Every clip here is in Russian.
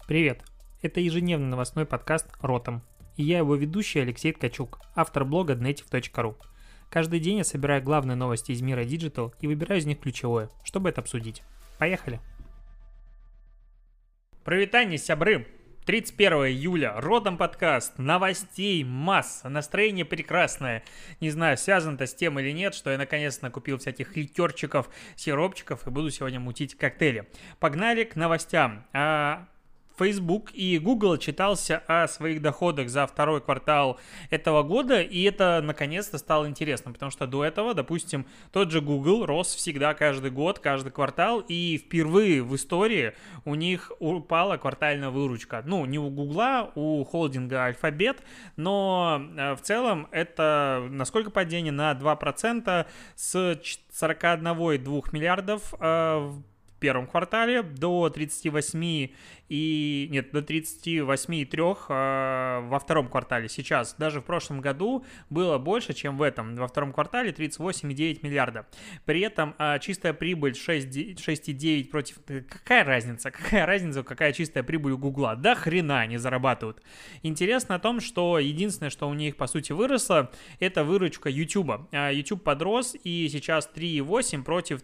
Привет! Это ежедневный новостной подкаст «Ротом». И я его ведущий Алексей Ткачук, автор блога dnetiv.ru. Каждый день я собираю главные новости из мира Digital и выбираю из них ключевое, чтобы это обсудить. Поехали! Привитание, сябры! 31 июля, «Ротом» подкаст, новостей масса, настроение прекрасное. Не знаю, связано это с тем или нет, что я наконец-то накупил всяких ликерчиков, сиропчиков и буду сегодня мутить коктейли. Погнали к новостям. Facebook и Google отчитался о своих доходах за второй квартал этого года, и это наконец-то стало интересно, потому что до этого, допустим, тот же Google рос всегда каждый год, каждый квартал, и впервые в истории у них упала квартальная выручка. Ну, не у Google, у холдинга Alphabet, но в целом это насколько падение? На 2% с 41,2 миллиардов в первом квартале до 38,3 во втором квартале. Сейчас, даже в прошлом году было больше, чем в этом. Во втором квартале 38,9 миллиарда. При этом чистая прибыль 6,9 против... Какая разница? Какая чистая прибыль у Гугла? Да хрена они зарабатывают. Интересно о том, что единственное, что у них по сути выросло, это выручка YouTube. YouTube подрос и сейчас 3,8 против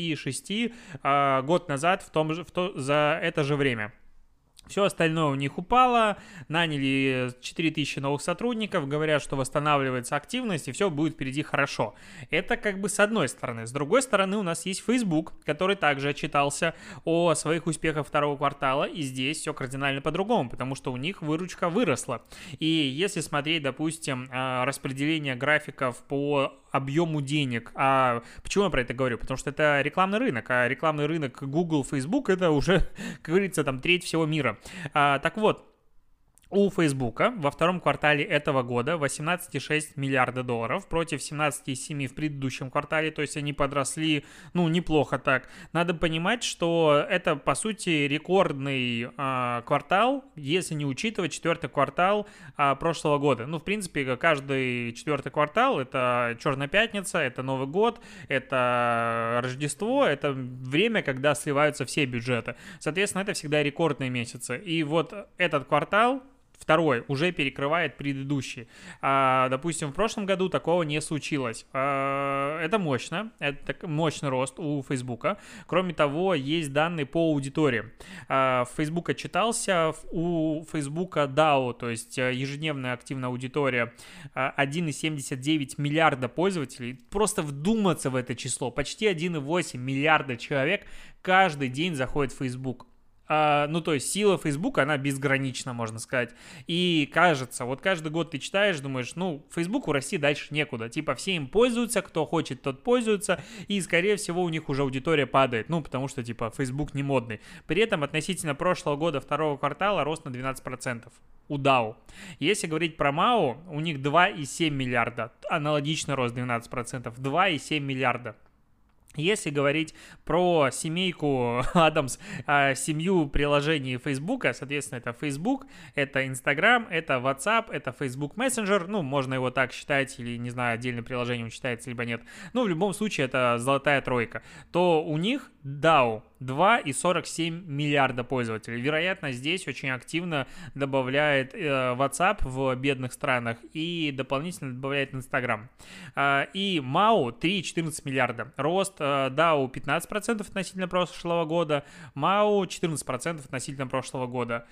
3,6 год назад за это же время. Все остальное у них упало, наняли 4000 новых сотрудников, говорят, что восстанавливается активность и все будет впереди хорошо. Это как бы с одной стороны. С другой стороны у нас есть Facebook, который также отчитался о своих успехах второго квартала, и здесь все кардинально по-другому, потому что у них выручка выросла. И если смотреть, допустим, распределение графиков по объему денег. Почему я про это говорю? Потому что это рекламный рынок, а рекламный рынок Google, Facebook это уже, как говорится, там треть всего мира. Так вот, у Фейсбука во втором квартале этого года 18,6 миллиарда долларов против 17,7 в предыдущем квартале, то есть они подросли, неплохо так. Надо понимать, что это, по сути, рекордный квартал, если не учитывать четвертый квартал прошлого года. В принципе, каждый четвертый квартал — это Черная пятница, это Новый год, это Рождество, это время, когда сливаются все бюджеты. Соответственно, это всегда рекордные месяцы. И вот этот квартал, второй, уже перекрывает предыдущий. Допустим, в прошлом году такого не случилось. Это мощно. Это мощный рост у Фейсбука. Кроме того, есть данные по аудитории. Facebook отчитался, у Фейсбука DAU, то есть ежедневная активная аудитория, 1,79 миллиарда пользователей. Просто вдуматься в это число. Почти 1,8 миллиарда человек каждый день заходит в Facebook. То есть сила Facebook, она безгранична, можно сказать. И кажется, вот каждый год ты читаешь, думаешь, Фейсбуку расти дальше некуда. Типа все им пользуются, кто хочет, тот пользуется, и, скорее всего, у них уже аудитория падает. Потому что, Facebook не модный. При этом относительно прошлого года, второго квартала, рост на 12%. У DAO. Если говорить про MAO, у них 2,7 миллиарда. Аналогичный рост 12%. 2,7 миллиарда. Если говорить про семейку Адамс, семью приложений Фейсбука, соответственно, это Facebook, это Instagram, это WhatsApp, это Facebook Messenger, можно его так считать, или, не знаю, отдельное приложение он считается, либо нет, в любом случае, это золотая тройка, то у них DAO 2,47 миллиарда пользователей. Вероятно, здесь очень активно добавляет WhatsApp в бедных странах и дополнительно добавляет Instagram. И MAO 3,14 миллиарда. Рост DAO 15% относительно прошлого года, MAO 14% относительно прошлого года.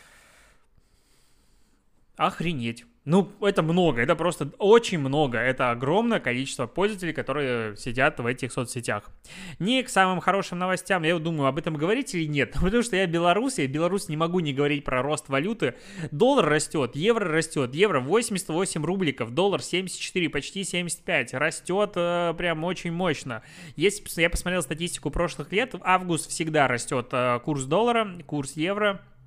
Охренеть. Это много, это просто очень много. Это огромное количество пользователей, которые сидят в этих соцсетях. Не к самым хорошим новостям, я думаю, об этом говорить или нет. Потому что я белорус, не могу не говорить про рост валюты. Доллар растет, евро 88 рубликов, доллар 74, почти 75. Растет прям очень мощно. Если я посмотрел статистику прошлых лет, в август всегда растет курс доллара, курс евро.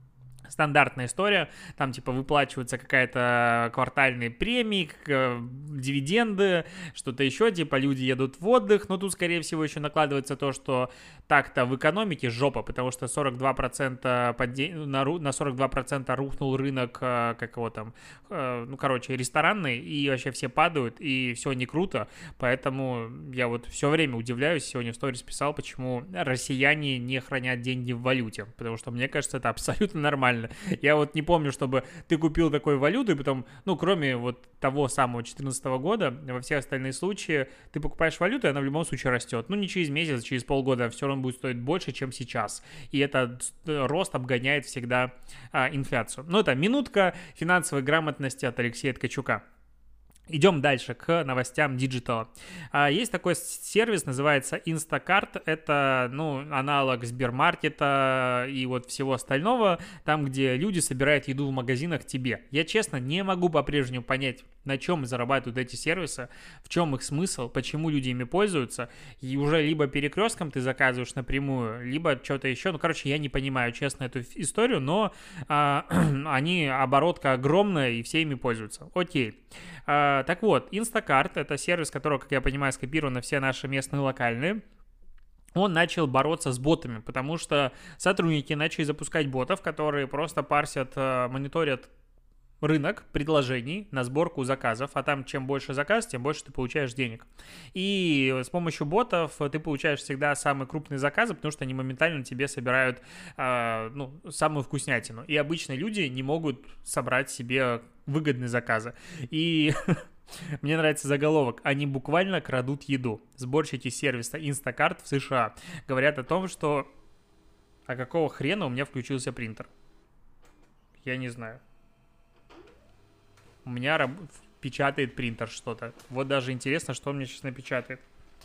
Стандартная история, там типа выплачивается какая-то квартальные премии, дивиденды, что-то еще, типа люди едут в отдых, но тут, скорее всего, еще накладывается то, что так-то в экономике жопа, потому что 42% на 42% рухнул рынок, как его там, ну, короче, ресторанный, и вообще все падают, и все не круто, поэтому я вот все время удивляюсь, сегодня в сторис писал, почему россияне не хранят деньги в валюте, потому что мне кажется, это абсолютно нормально. Я вот не помню, чтобы ты купил такой валюту, и потом, ну, кроме вот того самого 2014 года, во все остальные случаи ты покупаешь валюту, и она в любом случае растет. Ну, не через месяц, через полгода все равно будет стоить больше, чем сейчас. И этот рост обгоняет всегда инфляцию. Ну, это минутка финансовой грамотности от Алексея Ткачука. Идем дальше к новостям диджитала. Есть такой сервис, называется Instacart. Это, ну, аналог Сбермаркета и вот всего остального, там, где люди собирают еду в магазинах тебе. Я, честно, не могу по-прежнему понять, на чем зарабатывают эти сервисы, в чем их смысл, почему люди ими пользуются. И уже либо перекрестком ты заказываешь напрямую, либо что-то еще. Ну, короче, я не понимаю, честно, эту историю, но они, оборотка огромная, и все ими пользуются. Окей. Так вот, Instacart — это сервис, которого, как я понимаю, скопированы все наши местные локальные. Он начал бороться с ботами, потому что сотрудники начали запускать ботов, которые просто парсят, мониторят рынок предложений на сборку заказов, а там чем больше заказ, тем больше ты получаешь денег. И с помощью ботов ты получаешь всегда самые крупные заказы, потому что они моментально тебе собирают самую вкуснятину. И обычно люди не могут собрать себе выгодные заказы. И мне нравится заголовок. Они буквально крадут еду. Сборщики сервиса Instacart в США говорят о том, что а какого хрена у меня включился принтер? Я не знаю. У меня печатает принтер что-то. Вот даже интересно, что он мне сейчас напечатает.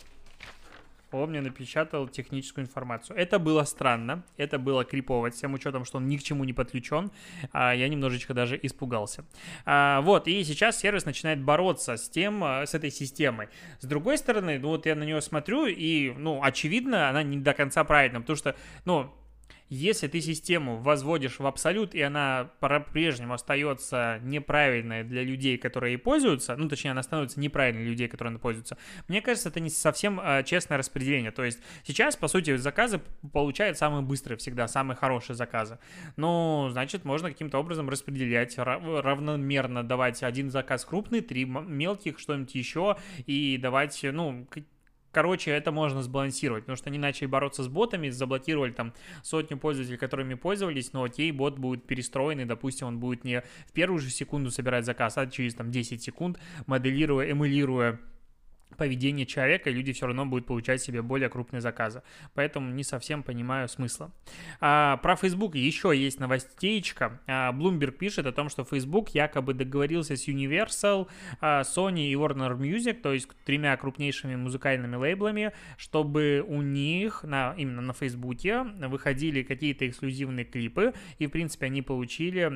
Он мне напечатал техническую информацию. Это было странно, это было крипово, с тем учетом, что он ни к чему не подключен. Я немножечко даже испугался. Вот, и сейчас сервис начинает бороться с этой системой. С другой стороны, ну вот я на нее смотрю, и, ну, очевидно, она не до конца правильна, потому что, ну, если ты систему возводишь в абсолют, и она по-прежнему остается неправильной для людей, которые ей пользуются, ну, точнее, она становится неправильной для людей, которые ей пользуются, мне кажется, это не совсем честное распределение. То есть сейчас, по сути, заказы получают самые быстрые всегда, самые хорошие заказы. Ну, значит, можно каким-то образом распределять, равномерно давать один заказ крупный, 3 мелких, что-нибудь еще, и давать, ну, короче, это можно сбалансировать, потому что они начали бороться с ботами, заблокировали там сотню пользователей, которыми пользовались, но окей, бот будет перестроенный, допустим, он будет не в первую же секунду собирать заказ, а через там 10 секунд, моделируя, эмулируя поведение человека, и люди все равно будут получать себе более крупные заказы. Поэтому не совсем понимаю смысла. Про Facebook еще есть новостеечка. Bloomberg пишет о том, что Facebook якобы договорился с Universal, Sony и Warner Music, то есть 3 крупнейшими музыкальными лейблами, чтобы у них именно на Facebook выходили какие-то эксклюзивные клипы, и в принципе они получили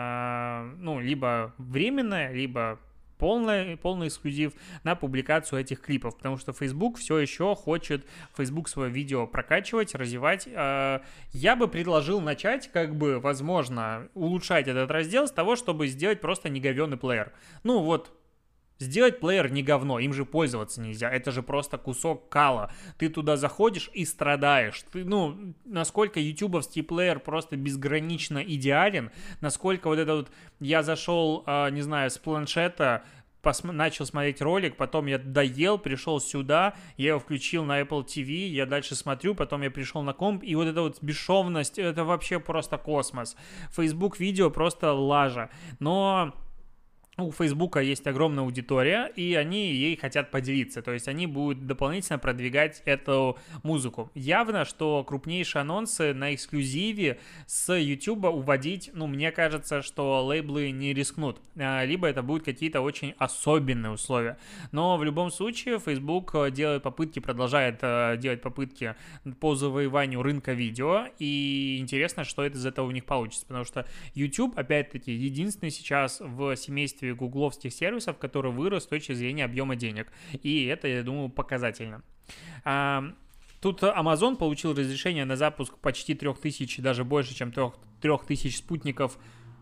либо временное, либо полный эксклюзив на публикацию этих клипов, потому что Facebook все еще хочет свое видео прокачивать, развивать. Я бы предложил начать, возможно, улучшать этот раздел с того, чтобы сделать просто неговёный плеер. Ну вот, сделать плеер не говно, им же пользоваться нельзя, это же просто кусок кала. Ты туда заходишь и страдаешь. Насколько ютубовский плеер просто безгранично идеален, насколько вот это вот, я зашел, не знаю, с планшета, начал смотреть ролик, потом я доел, пришел сюда, я его включил на Apple TV, я дальше смотрю, потом я пришел на комп, и вот эта вот бесшовность, это вообще просто космос. Facebook видео просто лажа. Но у Фейсбука есть огромная аудитория, и они ей хотят поделиться, то есть они будут дополнительно продвигать эту музыку. Явно, что крупнейшие анонсы на эксклюзиве с YouTube уводить, мне кажется, что лейблы не рискнут, либо это будут какие-то очень особенные условия. Но в любом случае Facebook продолжает делать попытки по завоеванию рынка видео, и интересно, что из этого у них получится, потому что YouTube, опять-таки, единственный сейчас в семействе гугловских сервисов, который вырос с точки зрения объема денег. И это, я думаю, показательно. Тут Amazon получил разрешение на запуск почти 3000, даже больше, чем 3000 спутников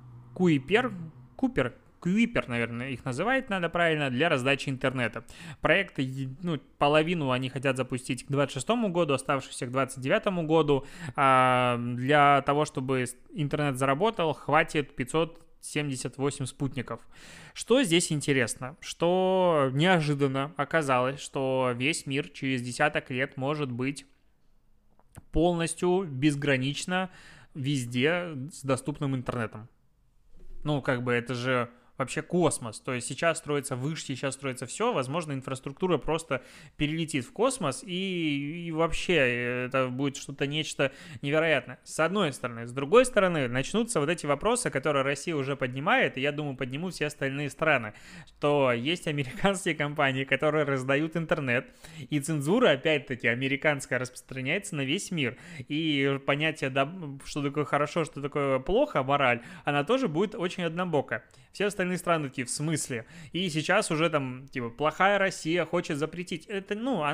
Kuiper, наверное, их называть надо правильно, для раздачи интернета. Проект, половину они хотят запустить к 2026 году, оставшиеся к 2029 году. Для того, чтобы интернет заработал, хватит 578 спутников. Что здесь интересно? Что неожиданно оказалось, что весь мир через десяток лет может быть полностью безгранично везде с доступным интернетом. Это же вообще космос. То есть сейчас строятся вышки, сейчас строится все. Возможно, инфраструктура просто перелетит в космос, и вообще это будет нечто невероятное. С одной стороны. С другой стороны, начнутся вот эти вопросы, которые Россия уже поднимает, и я думаю, поднимут все остальные страны. Что есть американские компании, которые раздают интернет, и цензура, опять-таки, американская распространяется на весь мир. И понятие, что такое хорошо, что такое плохо, мораль, она тоже будет очень однобокая. Все остальные страны такие, в смысле? И сейчас уже плохая Россия хочет запретить. Это,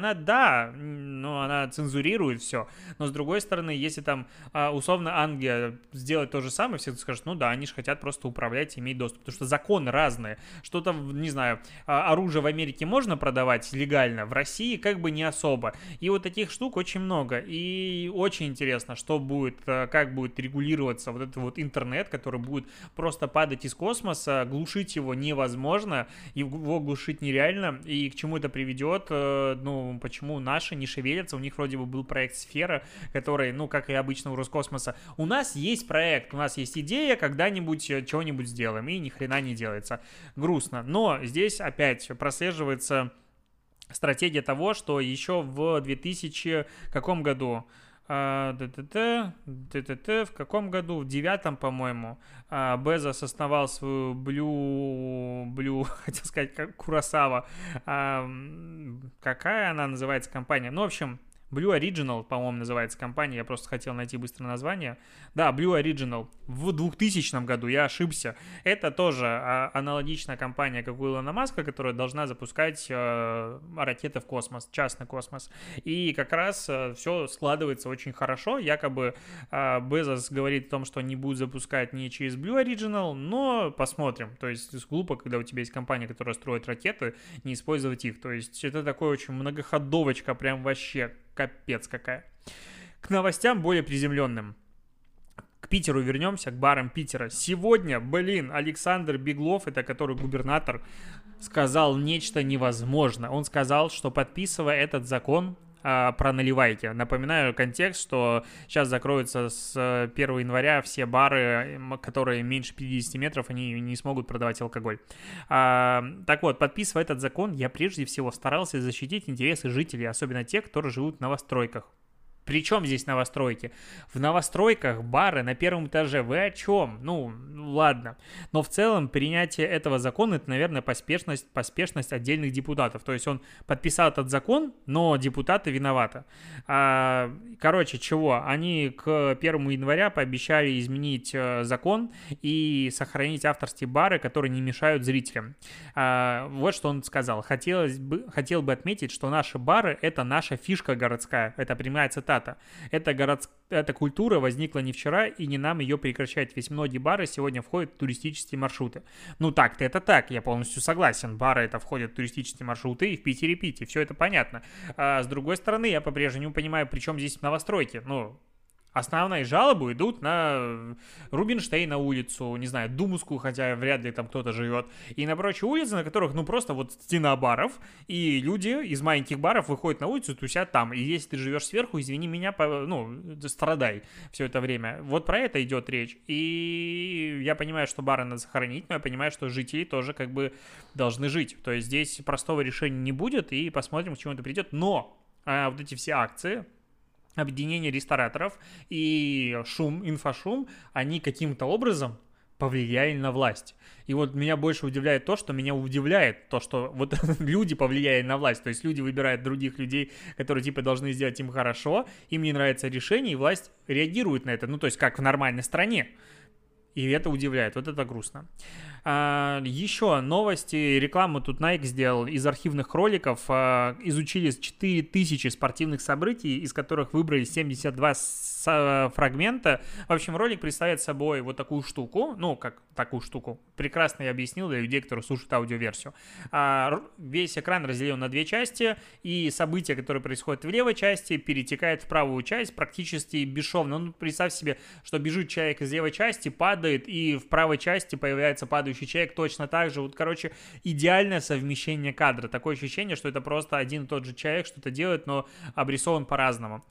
она цензурирует все. Но с другой стороны, если условно Англия сделать то же самое, все скажут, они же хотят просто управлять и иметь доступ. Потому что законы разные. Что-то, не знаю, оружие в Америке можно продавать легально, в России не особо. И вот таких штук очень много. И очень интересно, как будет регулироваться вот этот вот интернет, который будет просто падать из космоса, глушить его невозможно, его глушить нереально, и к чему это приведет, почему наши не шевелятся, у них вроде бы был проект «Сфера», который, как и обычно у Роскосмоса, у нас есть проект, у нас есть идея, когда-нибудь чего-нибудь сделаем, и ни хрена не делается. Грустно, но здесь опять прослеживается стратегия того, что еще в 2000 каком году, в каком году? В 9-м, по-моему, Безос основал свою Blue, хотел сказать, как Куросава. Какая она называется компания? В общем, Blue Original, по-моему, называется компания. Я просто хотел найти быстро название. Да, Blue Original. В 2000 году, я ошибся. Это тоже аналогичная компания, как у Илона Маска, которая должна запускать ракеты в космос, частный космос. И как раз все складывается очень хорошо. Якобы Безос говорит о том, что не будет запускать не через Blue Original, но посмотрим. То есть глупо, когда у тебя есть компания, которая строит ракеты, не использовать их. То есть это такой очень многоходовочка, прям вообще капец какая. К новостям более приземленным. К Питеру вернемся, к барам Питера. Сегодня, Александр Беглов, это который губернатор, сказал нечто невозможное. Он сказал, что подписывая этот закон про наливайки. Напоминаю контекст, что сейчас закроются с 1 января все бары, которые меньше 50 метров, они не смогут продавать алкоголь. Так вот, подписывая этот закон, я прежде всего старался защитить интересы жителей, особенно тех, которые живут в новостройках. Причем здесь новостройки? В новостройках бары на первом этаже. Вы о чем? Ладно. Но в целом принятие этого закона — это, наверное, поспешность отдельных депутатов. То есть он подписал этот закон, но депутаты виноваты. Чего? Они к 1 января пообещали изменить закон и сохранить авторские бары, которые не мешают зрителям. Вот что он сказал. Хотел бы отметить, что наши бары — это наша фишка городская. Это прямая цитата. Эта культура возникла не вчера, и не нам ее прекращать, ведь многие бары сегодня входят в туристические маршруты. Так-то это так, я полностью согласен. Бары это входят в туристические маршруты, и в Питере пить, и все это понятно. С другой стороны, я по-прежнему не понимаю, при чем здесь новостройки. Основные жалобы идут на Рубинштейна улицу, не знаю, Думскую, хотя вряд ли там кто-то живет, и на прочие улицы, на которых, просто стена баров, и люди из маленьких баров выходят на улицу, тусят там. И если ты живешь сверху, извини меня, страдай все это время. Вот про это идет речь. И я понимаю, что бары надо сохранить, но я понимаю, что жители тоже должны жить. То есть здесь простого решения не будет, и посмотрим, к чему это придет. Но вот эти все акции, объединение рестораторов и инфошум, они каким-то образом повлияли на власть. И вот меня больше удивляет то, что люди повлияли на власть. То есть люди выбирают других людей, которые должны сделать им хорошо, им не нравится решение, и власть реагирует на это. То есть как в нормальной стране. И это удивляет, вот это грустно. Еще новости, рекламу тут Nike сделал из архивных роликов, изучили 4000 спортивных событий, из которых выбрали 72 фрагмента. В общем, ролик представляет собой вот такую штуку, ну, как такую штуку, прекрасно я объяснил для людей, которые слушают аудиоверсию. Весь экран разделен на две части, и события, которые происходят в левой части, перетекают в правую часть практически бесшовно. Ну, представь себе, что бежит человек из левой части, падает, и в правой части появляется падающий человек точно так же. Вот, короче, идеальное совмещение кадра. Такое ощущение, что это просто один и тот же человек что-то делает, но обрисован по-разному.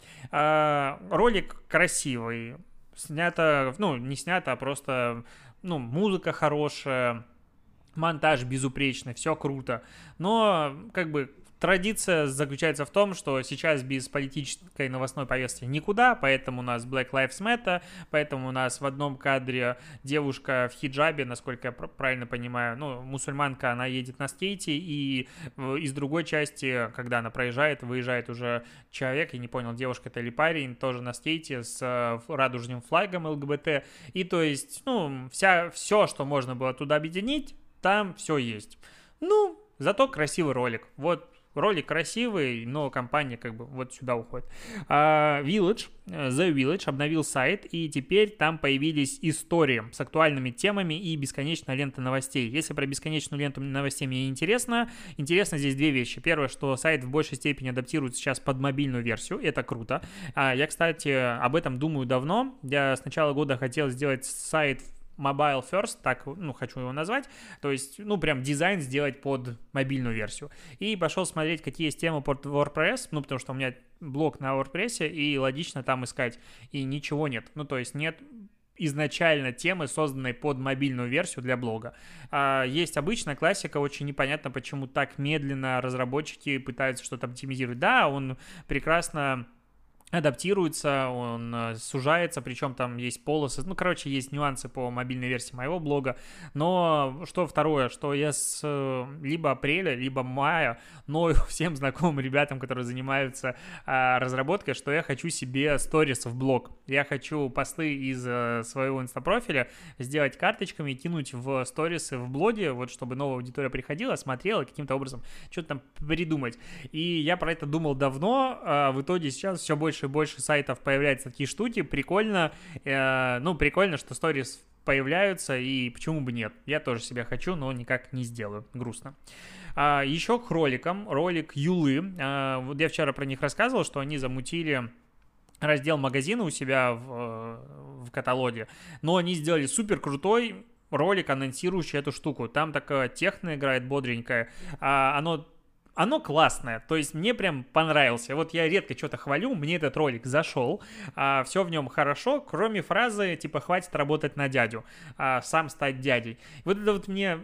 Ролик красивый. Снято, ну, не снято, а просто, ну, музыка хорошая, монтаж безупречный, все круто. Но, как бы, традиция заключается в том, что сейчас без политической новостной повестки никуда, поэтому у нас Black Lives Matter, поэтому у нас в одном кадре девушка в хиджабе, насколько я правильно понимаю, ну, мусульманка, она едет на скейте, и из другой части, когда она проезжает, выезжает уже человек, я не понял, девушка это или парень, тоже на скейте с радужным флагом ЛГБТ, и то есть, ну, все, что можно было туда объединить, там все есть. Ну, зато красивый ролик, вот. Ролик красивый, но компания как бы вот сюда уходит. The Village обновил сайт, и теперь там появились истории с актуальными темами и бесконечная лента новостей. Если про бесконечную ленту новостей мне интересно здесь две вещи. Первое, что сайт в большей степени адаптируется сейчас под мобильную версию, это круто. Я, кстати, об этом думаю давно. Я с начала года хотел сделать сайт Mobile First, так, ну, хочу его назвать, то есть, ну, прям дизайн сделать под мобильную версию. И пошел смотреть, какие есть темы под WordPress, ну, потому что у меня блог на WordPress, и логично там искать, и ничего нет. Ну, то есть нет изначально темы, созданной под мобильную версию для блога. Есть обычная классика, очень непонятно, почему так медленно разработчики пытаются что-то оптимизировать. Да, он прекрасно адаптируется, он сужается, причем там есть полосы, ну, короче, есть нюансы по мобильной версии моего блога, но что второе, что я с либо апреля, либо мая ною всем знакомым ребятам, которые занимаются разработкой, что я хочу себе сторис в блог, я хочу посты из своего инстапрофиля сделать карточками и кинуть в сторисы в блоге, вот чтобы новая аудитория приходила, смотрела, каким-то образом что-то там придумать, и я про это думал давно, в итоге сейчас все больше и больше сайтов появляются такие штуки, прикольно, прикольно, что сторис появляются, и почему бы нет, я тоже себя хочу, но никак не сделаю, грустно. Еще к роликам, ролик Юлы, вот я вчера про них рассказывал, что они замутили раздел магазина у себя в каталоге, но они сделали супер крутой ролик, анонсирующий эту штуку, там такая техно играет бодренькая, оно классное, то есть мне прям понравился. Вот я редко что-то хвалю, мне этот ролик зашел, все в нем хорошо, кроме фразы типа «хватит работать на дядю», «сам стать дядей». Вот это вот меня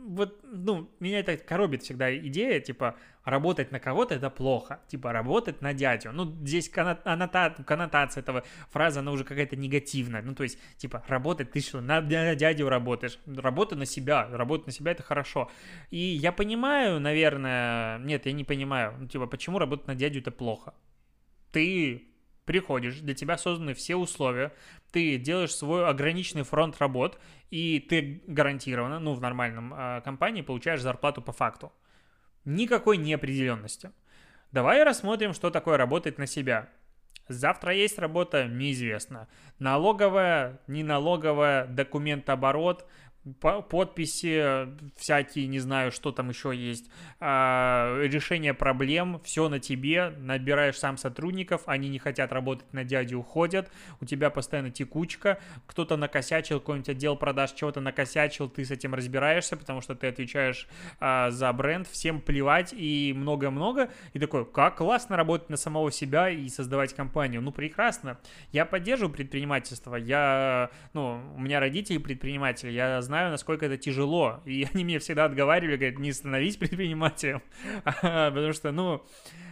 это коробит всегда идея, типа, работать на кого-то — это плохо, типа, работать на дядю. Ну, здесь коннотация этого фразы, она уже какая-то негативная. Ну, то есть, типа, работать, ты что, на дядю работаешь? Работа на себя, работать на себя — это хорошо. И я понимаю, наверное, нет, я не понимаю, ну, типа, почему работать на дядю — это плохо? Ты приходишь, для тебя созданы все условия, ты делаешь свой ограниченный фронт работ, и ты гарантированно, ну, в нормальном компании получаешь зарплату по факту. Никакой неопределенности. Давай рассмотрим, что такое работать на себя. Завтра есть работа, неизвестно. Налоговая, неналоговая, документооборот, подписи всякие, не знаю, что там еще есть, решение проблем, все на тебе, набираешь сам сотрудников, они не хотят работать на дядю, уходят, у тебя постоянно текучка, кто-то накосячил, какой-нибудь отдел продаж чего-то накосячил, ты с этим разбираешься, потому что ты отвечаешь за бренд, всем плевать и много-много, и такой, как классно работать на самого себя и создавать компанию, ну прекрасно, я поддерживаю предпринимательство, у меня родители предприниматели, я знаю, насколько это тяжело, и они мне всегда отговаривали, говорят, не становись предпринимателем, потому что,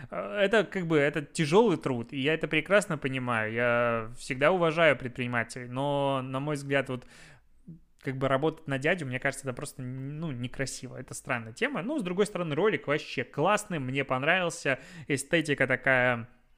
это тяжелый труд, и я это прекрасно понимаю, я всегда уважаю предпринимателей, но, на мой взгляд, вот, работать на дядю, мне кажется, это просто, некрасиво, это странная тема, но, с другой стороны, ролик вообще классный, мне понравился, эстетика такая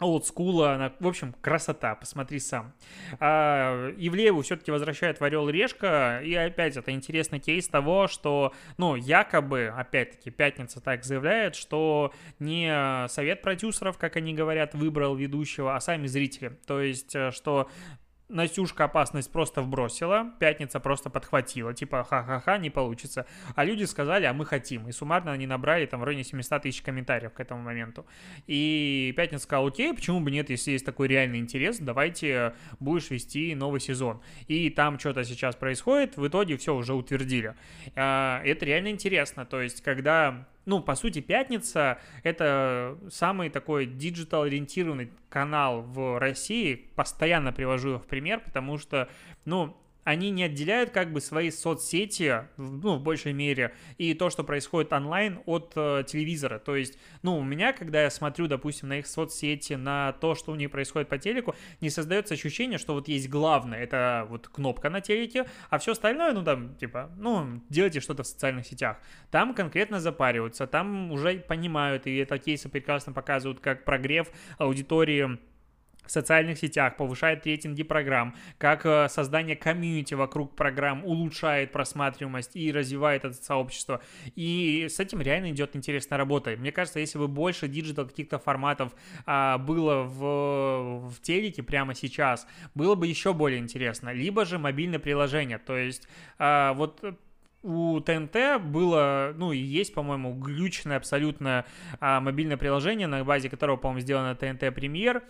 олдскула, в общем, красота, посмотри сам. Ивлееву все-таки возвращают в «Орел и Решка», и опять это интересный кейс того, что, ну, якобы, опять-таки, «Пятница» так заявляет, что не совет продюсеров, как они говорят, выбрал ведущего, а сами зрители. То есть, что Настюшка опасность просто вбросила, «Пятница» просто подхватила, типа ха-ха-ха, не получится. А люди сказали, а мы хотим. И суммарно они набрали там в районе 700 тысяч комментариев к этому моменту. И «Пятница» сказала, окей, почему бы нет, если есть такой реальный интерес, давайте будешь вести новый сезон. И там что-то сейчас происходит, в итоге все уже утвердили. Это реально интересно, то есть когда... Ну, по сути, «Пятница» — это самый такой диджитал-ориентированный канал в России. Постоянно привожу его в пример, потому что, ну, они не отделяют как бы свои соцсети, ну, в большей мере, и то, что происходит онлайн от телевизора. То есть, ну, у меня, когда я смотрю, допустим, на их соцсети, на то, что у них происходит по телеку, не создается ощущение, что вот есть главное, это вот кнопка на телеке, а все остальное, ну, там, типа, ну, делайте что-то в социальных сетях. Там конкретно запариваются, там уже понимают, и это кейсы прекрасно показывают, как прогрев аудитории в социальных сетях повышает рейтинги программ, как создание комьюнити вокруг программ улучшает просматриваемость и развивает это сообщество. И с этим реально идет интересная работа. Мне кажется, если бы больше диджитал каких-то форматов было в телеке прямо сейчас, было бы еще более интересно. Либо же мобильное приложение. То есть вот... У ТНТ было, ну и есть, по-моему, глючное абсолютно мобильное приложение, на базе которого, по-моему, сделано ТНТ Премьер.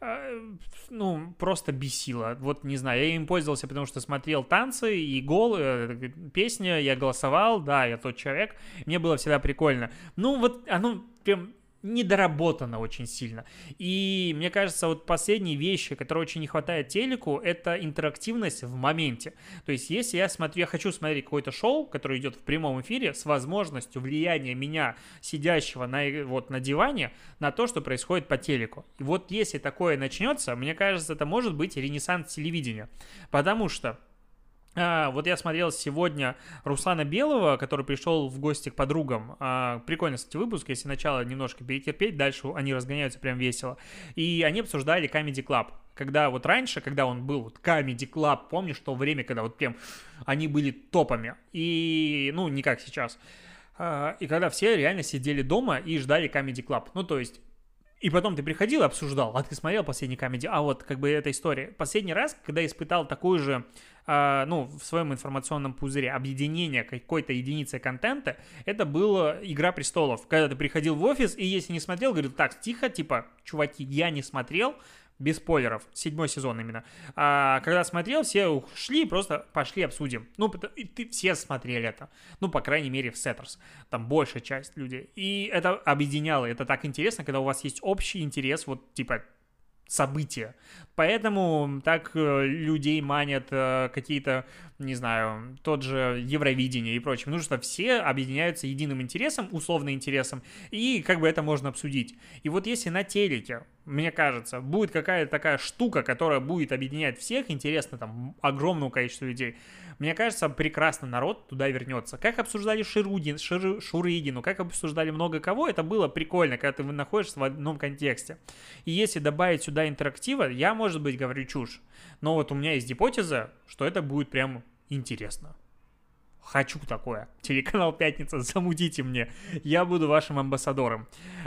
Ну, просто бесило. Вот, не знаю, я им пользовался, потому что смотрел танцы и песни, я голосовал, да, я тот человек, мне было всегда прикольно. Ну, вот оно прям... недоработано очень сильно. И мне кажется, вот последние вещи, которые очень не хватает телеку, это интерактивность в моменте. То есть, если я хочу смотреть какое-то шоу, которое идет в прямом эфире, с возможностью влияния меня, сидящего на диване, на то, что происходит по телеку. И вот если такое начнется, мне кажется, это может быть ренессанс телевидения. Потому что вот я смотрел сегодня Руслана Белого, который пришел в гости к подругам. Прикольно, кстати, выпуск, если сначала немножко перетерпеть, дальше они разгоняются прям весело. И они обсуждали Comedy Club. Когда вот раньше, когда он был вот Comedy Club, помнишь то время, когда вот прям они были топами. И, ну, не как сейчас. И когда все реально сидели дома и ждали Comedy Club. Ну, то есть... И потом ты приходил и обсуждал, а ты смотрел последний комедий, а вот как бы эта история. Последний раз, когда я испытал такую же, ну, в своем информационном пузыре объединение какой-то единицы контента, это была «Игра престолов». Когда ты приходил в офис и если не смотрел, говорил, так, тихо, типа, чуваки, я не смотрел, без спойлеров, 7 сезон именно. А когда смотрел, все ушли, просто пошли обсудим. Ну, все смотрели это. Ну, по крайней мере, в Сеттерс. Там большая часть людей. И это объединяло. Это так интересно, когда у вас есть общий интерес, вот, типа, события. Поэтому так людей манят какие-то, не знаю, тот же Евровидение и прочее. Потому что все объединяются единым интересом, условно интересом, и как бы это можно обсудить. И вот если на телеке, мне кажется, будет какая-то такая штука, которая будет объединять всех, интересно, там, огромному количеству людей, мне кажется, прекрасно народ туда вернется. Как обсуждали Шурыгину, как обсуждали много кого, это было прикольно, когда ты находишься в одном контексте. И если добавить сюда интерактива, я, может быть, говорю чушь, но вот у меня есть гипотеза, что это будет прям интересно. Хочу такое. Телеканал «Пятница», замутите мне. Я буду вашим амбассадором.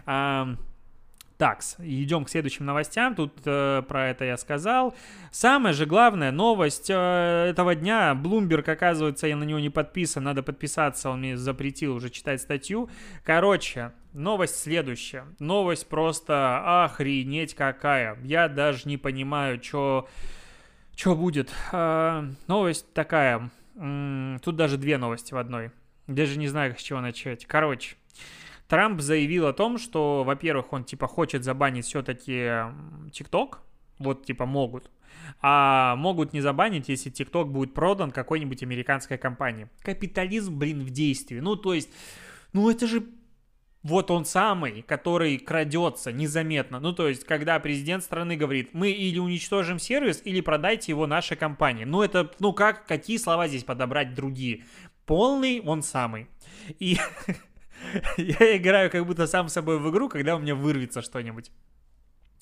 Так, идем к следующим новостям. Тут про это я сказал. Самая же главная новость этого дня. Bloomberg, оказывается, я на него не подписан. Надо подписаться, он мне запретил уже читать статью. Короче, новость следующая. Новость просто охренеть какая. Я даже не понимаю, что будет. Новость такая. Тут даже две новости в одной. Даже не знаю, с чего начать. Короче. Трамп заявил о том, что, во-первых, он, типа, хочет забанить все-таки ТикТок, вот, типа, могут, а могут не забанить, если ТикТок будет продан какой-нибудь американской компании. Капитализм, блин, в действии. Ну, то есть, ну, это же вот он самый, который крадется незаметно. Ну, то есть, когда президент страны говорит, мы или уничтожим сервис, или продайте его нашей компании. Ну, это, ну, какие слова здесь подобрать другие? Полный он самый. И... Я играю как будто сам с собой в игру, когда у меня вырвется что-нибудь.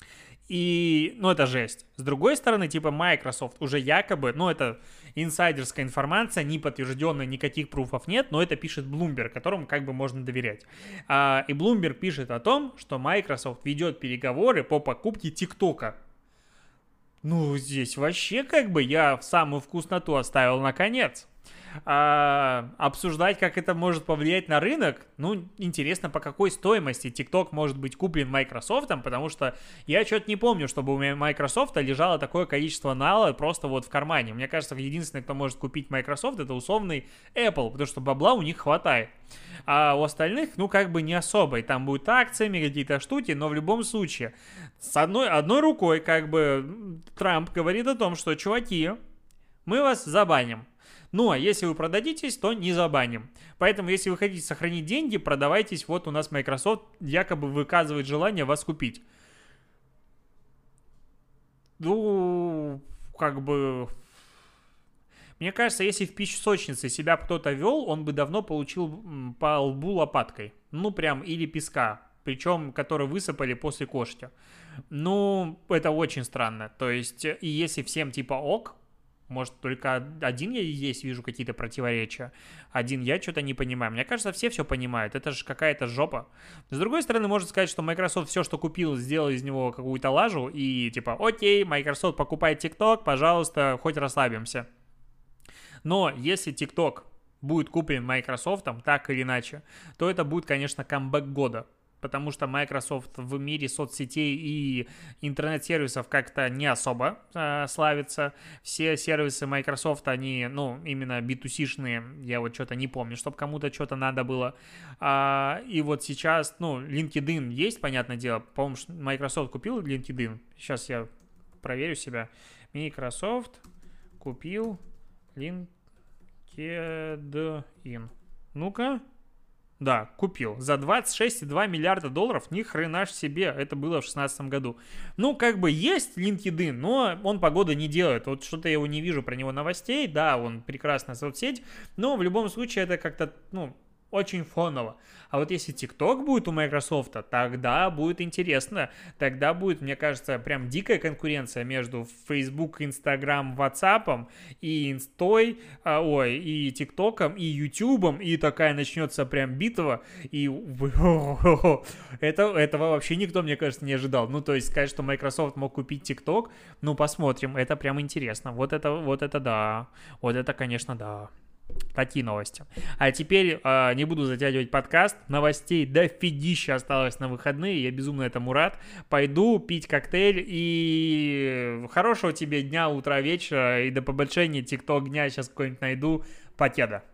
И, ну, это жесть. С другой стороны, типа, Microsoft уже якобы, ну, это инсайдерская информация, не подтвержденная, никаких пруфов нет, но это пишет Bloomberg, которому как бы можно доверять. И Bloomberg пишет о том, что Microsoft ведет переговоры по покупке ТикТока. Ну, здесь вообще как бы я самую вкусноту оставил наконец. Обсуждать, как это может повлиять на рынок, ну, интересно, по какой стоимости TikTok может быть куплен Microsoft, потому что я что-то не помню, чтобы у меня Microsoft лежало такое количество нала просто вот в кармане. Мне кажется, единственный, кто может купить Microsoft, это условный Apple, потому что бабла у них хватает. А у остальных, ну, как бы не особо. И там будут акциями какие-то штуки, но в любом случае, с одной рукой, как бы, Трамп говорит о том, что, чуваки, мы вас забаним. Ну, а если вы продадитесь, то не забаним. Поэтому, если вы хотите сохранить деньги, продавайтесь. Вот у нас Microsoft якобы выказывает желание вас купить. Ну, как бы... Мне кажется, если в песочнице себя кто-то вел, он бы давно получил по лбу лопаткой. Ну, прям, или песка. Причем, который высыпали после кошки. Ну, это очень странно. То есть, и если всем типа ок, может, только один я здесь вижу какие-то противоречия. Один я что-то не понимаю. Мне кажется, все понимают. Это же какая-то жопа. С другой стороны, можно сказать, что Microsoft все, что купил, сделал из него какую-то лажу. И типа, окей, Microsoft покупает TikTok, пожалуйста, хоть расслабимся. Но если TikTok будет куплен Microsoft, так или иначе, то это будет, конечно, камбэк года. Потому что Microsoft в мире соцсетей и интернет-сервисов как-то не особо славится. Все сервисы Microsoft, они, ну, именно B2C-шные, я вот что-то не помню, чтобы кому-то что-то надо было. И вот сейчас, ну, LinkedIn есть, понятное дело. По-моему, Microsoft купил LinkedIn. Сейчас я проверю себя. Microsoft купил LinkedIn. Ну-ка. Да, купил. За 26,2 миллиарда долларов, ни хрена ж себе, это было в 2016 году. Ну, как бы есть LinkedIn, но он погоды не делает. Вот что-то я его не вижу про него новостей. Да, он прекрасная соцсеть, но в любом случае это как-то, ну, очень фоново. А вот если TikTok будет у Microsoft, тогда будет интересно. Тогда будет, мне кажется, прям дикая конкуренция между Facebook, Instagram, WhatsApp и Инстой, и TikTok, и YouTube, и такая начнется прям битва. И этого вообще никто, мне кажется, не ожидал. Ну, то есть сказать, что Microsoft мог купить TikTok, ну, посмотрим. Это прям интересно. Вот это да. Вот это, конечно, да. Такие новости. А теперь не буду затягивать подкаст. Новостей дофигища осталось на выходные. Я безумно этому рад. Пойду пить коктейль. И хорошего тебе дня, утра, вечера. И до побольшения TikTok дня. Сейчас какой-нибудь найду. Покеда.